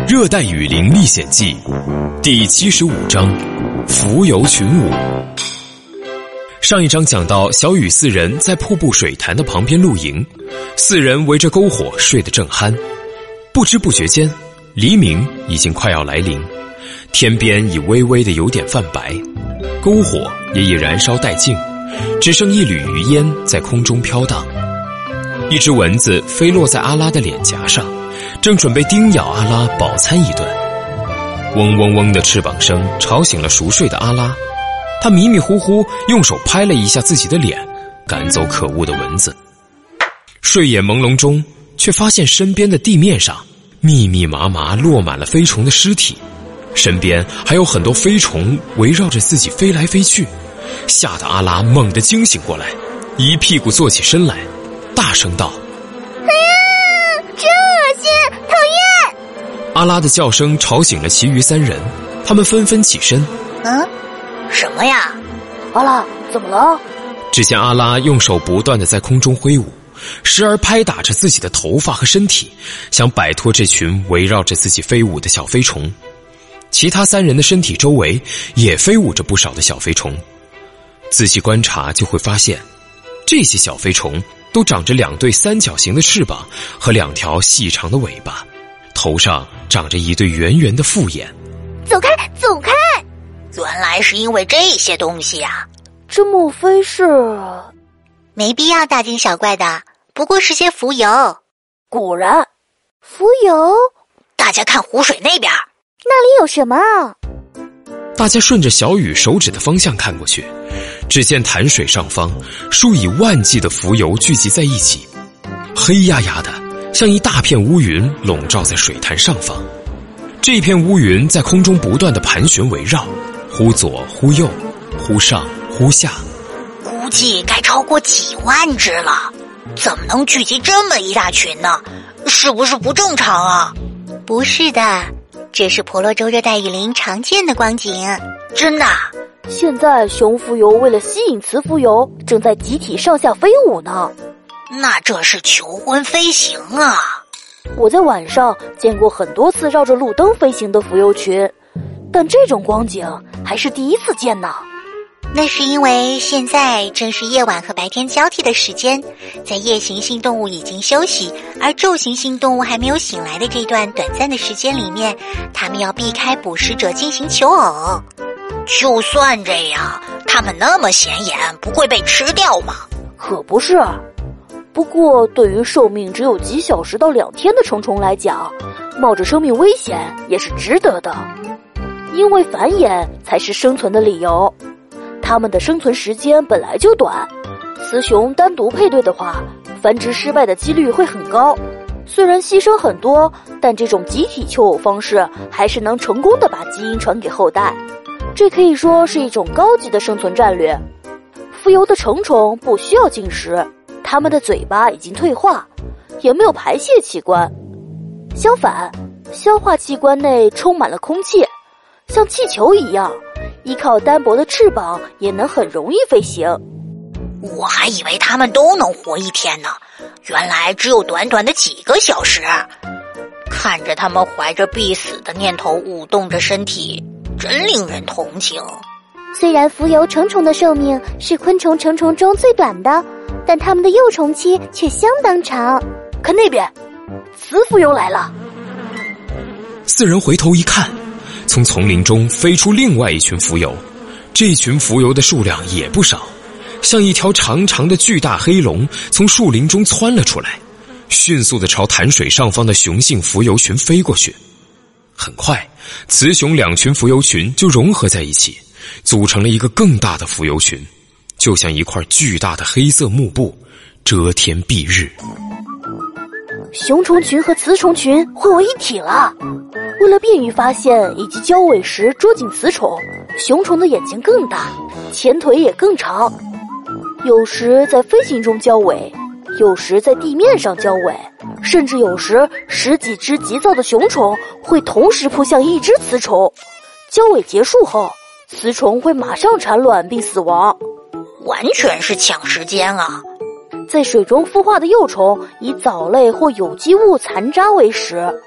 热带雨林历险记第75章浮游群舞。上一章讲到，小雨四人在瀑布水潭的旁边露营，四人围着篝火睡得正酣。不知不觉间，黎明已经快要来临，天边已微微的有点泛白，篝火也已燃烧殆尽，只剩一缕余烟在空中飘荡。一只蚊子飞落在阿拉的脸颊上，正准备叮咬阿拉饱餐一顿。嗡嗡嗡的翅膀声吵醒了熟睡的阿拉，他迷迷糊糊用手拍了一下自己的脸，赶走可恶的蚊子。睡眼朦胧中，却发现身边的地面上密密麻麻落满了飞虫的尸体，身边还有很多飞虫围绕着自己飞来飞去，吓得阿拉猛地惊醒过来，一屁股坐起身来，大声道： 真恶心，讨厌！ 阿拉的叫声吵醒了其余三人，他们纷纷起身。 什么呀？ 阿拉，怎么了？ 只见阿拉用手不断地在空中挥舞，时而拍打着自己的头发和身体，想摆脱这群围绕着自己飞舞的小飞虫。其他三人的身体周围也飞舞着不少的小飞虫，仔细观察就会发现，这些小飞虫都长着两对三角形的翅膀和两条细长的尾巴，头上长着一对圆圆的复眼。 走开，走开！ 原来是因为这些东西呀！ 这莫非是…… 没必要大惊小怪的，不过是些浮游。 果然，浮游。 大家看湖水那边， 那里有什么啊？ 大家顺着小雨手指的方向看过去，只见潭水上方数以万计的浮游聚集在一起，黑压压的像一大片乌云笼罩在水潭上方。这片乌云在空中不断地盘旋围绕，忽左忽右，忽上忽下， 估计该超过几万只了。怎么能聚集这么一大群呢？是不是不正常啊？ 不是的，这是婆罗洲热带雨林常见的光景。 真的？ 现在雄浮游为了吸引雌浮游，正在集体上下飞舞呢。 那这是求婚飞行啊！ 我在晚上见过很多次绕着路灯飞行的浮游群，但这种光景还是第一次见呢。 那是因为现在正是夜晚和白天交替的时间，在夜行性动物已经休息，而昼行性动物还没有醒来的这段短暂的时间里面，它们要避开捕食者进行求偶。 就算这样，它们那么显眼，不会被吃掉吗？ 可不是。不过对于寿命只有几小时到2天的成虫来讲，冒着生命危险也是值得的，因为繁衍才是生存的理由。它们的生存时间本来就短，雌雄单独配对的话，繁殖失败的几率会很高。虽然牺牲很多，但这种集体求偶方式还是能成功的把基因传给后代，这可以说是一种高级的生存战略。浮游的成虫不需要进食，它们的嘴巴已经退化，也没有排泄器官，相反，消化器官内充满了空气，像气球一样，依靠单薄的翅膀也能很容易飞行。 我还以为它们都能活一天呢，原来只有短短的几个小时。看着它们怀着必死的念头舞动着身体，真令人同情。 虽然浮游成虫的寿命是昆虫成虫中最短的，但它们的幼虫期却相当长。 看那边，雌浮游来了。 四人回头一看，从丛林中飞出另外一群浮游，这群浮游的数量也不少，像一条长长的巨大黑龙从树林中窜了出来，迅速地朝潭水上方的雄性浮游群飞过去。很快，雌雄两群浮游群就融合在一起，组成了一个更大的浮游群，就像一块巨大的黑色幕布，遮天蔽日。 雄虫群和雌虫群混为一体了。为了便于发现以及交尾时捉紧雌虫，雄虫的眼睛更大，前腿也更长，有时在飞行中交尾，有时在地面上交尾，甚至有时10几只急躁的雄虫会同时扑向一只雌虫。交尾结束后，雌虫会马上产卵并死亡。 完全是抢时间啊！ 在水中孵化的幼虫以藻类或有机物残渣为食，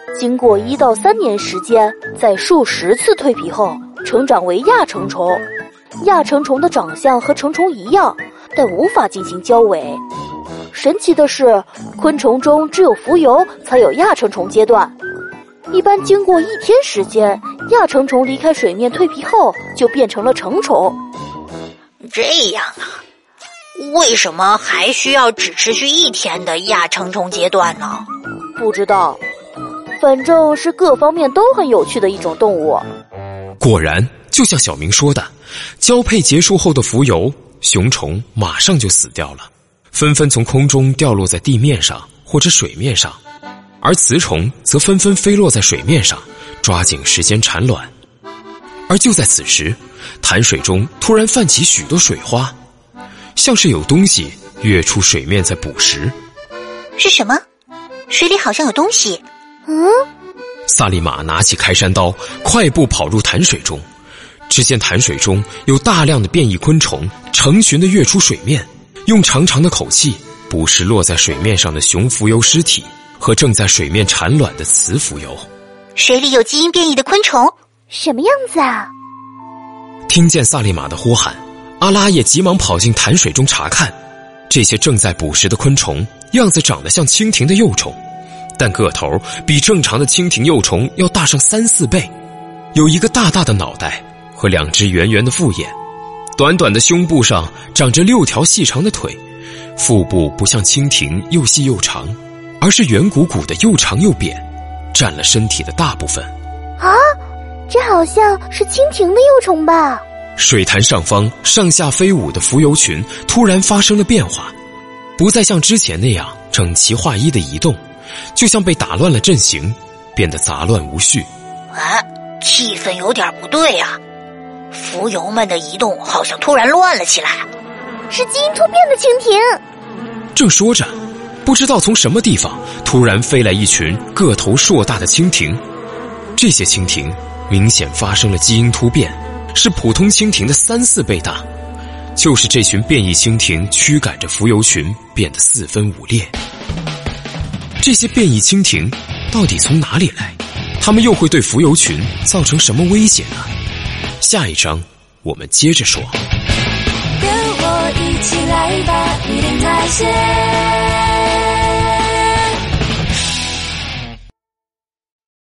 经过1到3年时间，在数十次蜕皮后，成长为亚成虫。亚成虫的长相和成虫一样，但无法进行交尾。神奇的是，昆虫中只有蜉蝣才有亚成虫阶段。一般经过1天时间，亚成虫离开水面蜕皮后，就变成了成虫。 这样啊，为什么还需要只持续1天的亚成虫阶段呢？ 不知道，反正是各方面都很有趣的一种动物。 果然，就像小明说的，交配结束后的蜉蝣、雄虫马上就死掉了，纷纷从空中掉落在地面上或者水面上，而雌虫则纷纷飞落在水面上，抓紧时间产卵。而就在此时，潭水中突然泛起许多水花，像是有东西跃出水面在捕食。 是什么？水里好像有东西。 萨利玛拿起开山刀，快步跑入潭水中。只见潭水中有大量的变异昆虫成群地跃出水面，用长长的口气捕食落在水面上的雄蜉蝣尸体和正在水面产卵的雌蜉蝣。 水里有基因变异的昆虫， 什么样子啊？ 听见萨利玛的呼喊，阿拉也急忙跑进潭水中查看。这些正在捕食的昆虫样子长得像蜻蜓的幼虫，但个头比正常的蜻蜓幼虫要大上3-4倍，有一个大大的脑袋和2只圆圆的复眼，短短的胸部上长着6条细长的腿，腹部不像蜻蜓又细又长，而是圆鼓鼓的又长又扁，占了身体的大部分。 啊，这好像是蜻蜓的幼虫吧？ 水潭上方上下飞舞的蜉蝣群突然发生了变化，不再像之前那样整齐划一的移动，就像被打乱了阵型，变得杂乱无序。 气氛有点不对啊，蜉蝣们的移动好像突然乱了起来。 是基因突变的蜻蜓。 正说着，不知道从什么地方突然飞来一群个头硕大的蜻蜓。这些蜻蜓明显发生了基因突变，是普通蜻蜓的3-4倍大。就是这群变异蜻蜓驱赶着蜉蝣群变得4分5裂。这些变异蜻蜓到底从哪里来？它们又会对蜉蝣群造成什么威胁呢？下一章我们接着说。 跟我一起来吧，一定在线。